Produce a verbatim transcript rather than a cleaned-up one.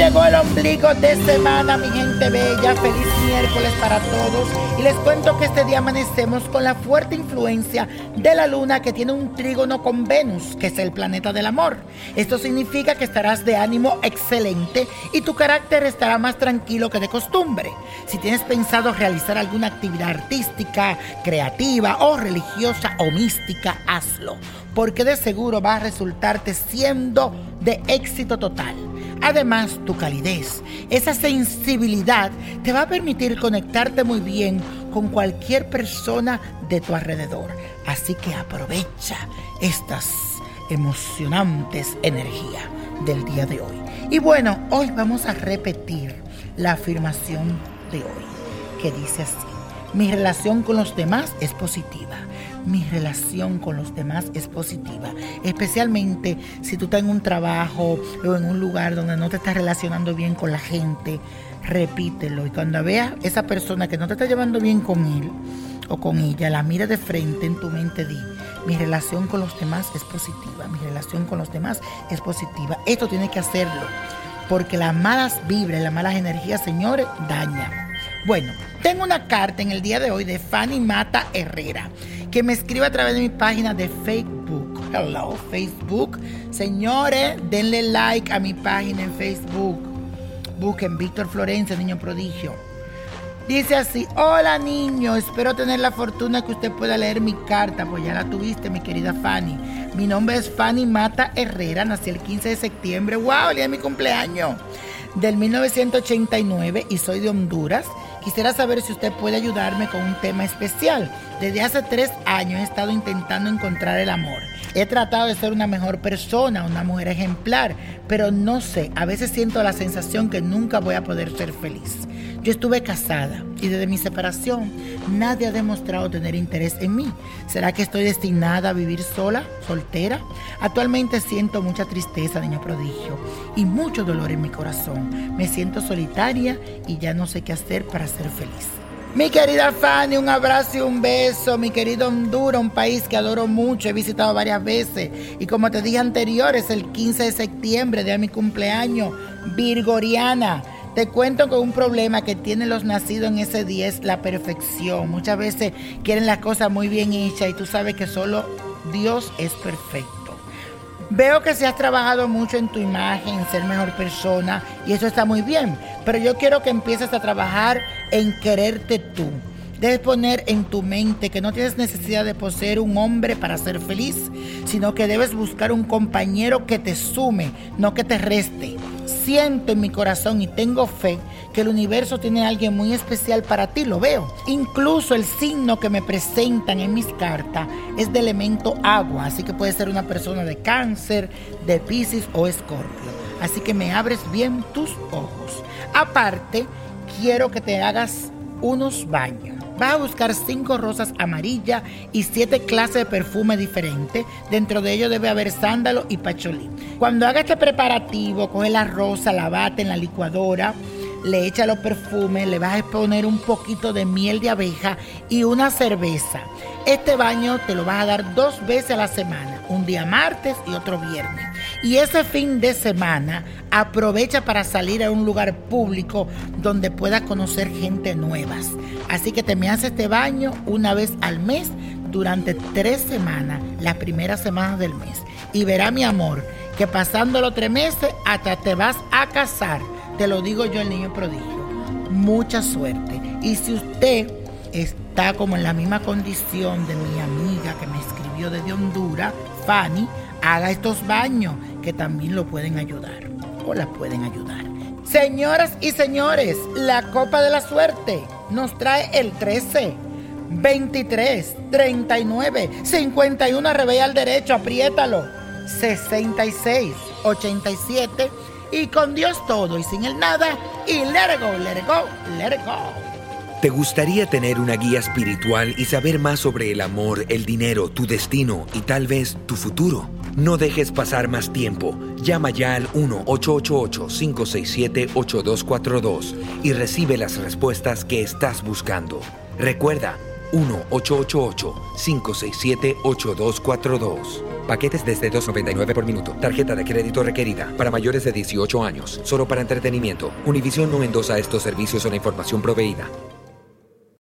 llegó el ombligo de semana, mi gente bella. Feliz miércoles para todos. Y les cuento que este día amanecemos con la fuerte influencia de la luna, que tiene un trígono con Venus, que es el planeta del amor. Esto significa que estarás de ánimo excelente y tu carácter estará más tranquilo que de costumbre. Si tienes pensado realizar alguna actividad artística, creativa o religiosa o mística, hazlo, porque de seguro va a resultarte siendo de éxito total. Además, tu calidez, esa sensibilidad te va a permitir conectarte muy bien con cualquier persona de tu alrededor. Así que aprovecha estas emocionantes energías del día de hoy. Y bueno, hoy vamos a repetir la afirmación de hoy, que dice así: mi relación con los demás es positiva. Mi relación con los demás es positiva, especialmente si tú estás en un trabajo o en un lugar donde no te estás relacionando bien con la gente. Repítelo, y cuando veas esa persona que no te está llevando bien con él o con ella, la mira de frente, en tu mente di: mi relación con los demás es positiva, mi relación con los demás es positiva. Esto tiene que hacerlo, porque las malas vibras, las malas energías, señores, dañan. Bueno, tengo una carta en el día de hoy de Fanny Mata Herrera, que me escribe a través de mi página de Facebook. Hello, Facebook. Señores, denle like a mi página en Facebook. Busquen Víctor Florencia, Niño Prodigio. Dice así: hola niño, espero tener la fortuna que usted pueda leer mi carta. Pues ya la tuviste, mi querida Fanny. Mi nombre es Fanny Mata Herrera, nací el quince de septiembre. ¡Wow! El día de mi cumpleaños. Del mil novecientos ochenta y nueve y soy de Honduras. Quisiera saber si usted puede ayudarme con un tema especial. Desde hace tres años he estado intentando encontrar el amor. He tratado de ser una mejor persona, una mujer ejemplar, pero no sé, a veces siento la sensación que nunca voy a poder ser feliz. Yo estuve casada y desde mi separación nadie ha demostrado tener interés en mí. ¿Será que estoy destinada a vivir sola, soltera? Actualmente siento mucha tristeza, niño prodigio, y mucho dolor en mi corazón. Me siento solitaria y ya no sé qué hacer para ser feliz. Mi querida Fanny, un abrazo y un beso. Mi querido Honduras, un país que adoro mucho, he visitado varias veces. Y como te dije anterior, es el quince de septiembre, día de mi cumpleaños, virgoriana. Te cuento que un problema que tienen los nacidos en ese día es la perfección. Muchas veces quieren las cosas muy bien hechas y tú sabes que solo Dios es perfecto. Veo que se has trabajado mucho en tu imagen, en ser mejor persona, y eso está muy bien, pero yo quiero que empieces a trabajar en quererte tú. Debes poner en tu mente que no tienes necesidad de poseer un hombre para ser feliz, sino que debes buscar un compañero que te sume, no que te reste. Siento en mi corazón y tengo fe que el universo tiene a alguien muy especial para ti, lo veo. Incluso el signo que me presentan en mis cartas es de elemento agua, así que puede ser una persona de Cáncer, de Piscis o Escorpio. Así que me abres bien tus ojos. Aparte, quiero que te hagas unos baños. Vas a buscar cinco rosas amarillas y siete clases de perfume diferentes. Dentro de ellos debe haber sándalo y pacholí. Cuando hagas este preparativo, coge la rosa, la bate en la licuadora, le echa los perfumes, le vas a poner un poquito de miel de abeja y una cerveza. Este baño te lo vas a dar dos veces a la semana, un día martes y otro viernes. Y ese fin de semana aprovecha para salir a un lugar público donde puedas conocer gente nuevas. Así que te me haces este baño una vez al mes durante tres semanas, las primeras semanas del mes. Y verá, mi amor, que pasando los tres meses hasta te vas a casar. Te lo digo yo, el niño prodigio. Mucha suerte. Y si usted está como en la misma condición de mi amiga que me escribió desde Honduras, Fanny, haga estos baños que también lo pueden ayudar o la pueden ayudar. Señoras y señores, la copa de la suerte nos trae el trece, veintitrés, treinta y nueve, cincuenta y uno, revés al derecho, apriétalo, sesenta y seis, ochenta y siete, y con Dios todo y sin el nada, y let it go, let it go, let it go. ¿Te gustaría tener una guía espiritual y saber más sobre el amor, el dinero, tu destino y tal vez tu futuro? No dejes pasar más tiempo. Llama ya al uno ocho ocho ocho, cinco seis siete, ocho dos cuatro dos y recibe las respuestas que estás buscando. Recuerda, uno ocho ocho ocho, cinco seis siete, ocho dos cuatro dos. Paquetes desde dos noventa y nueve por minuto. Tarjeta de crédito requerida para mayores de dieciocho años. Solo para entretenimiento. Univision no endosa estos servicios o la información proveída.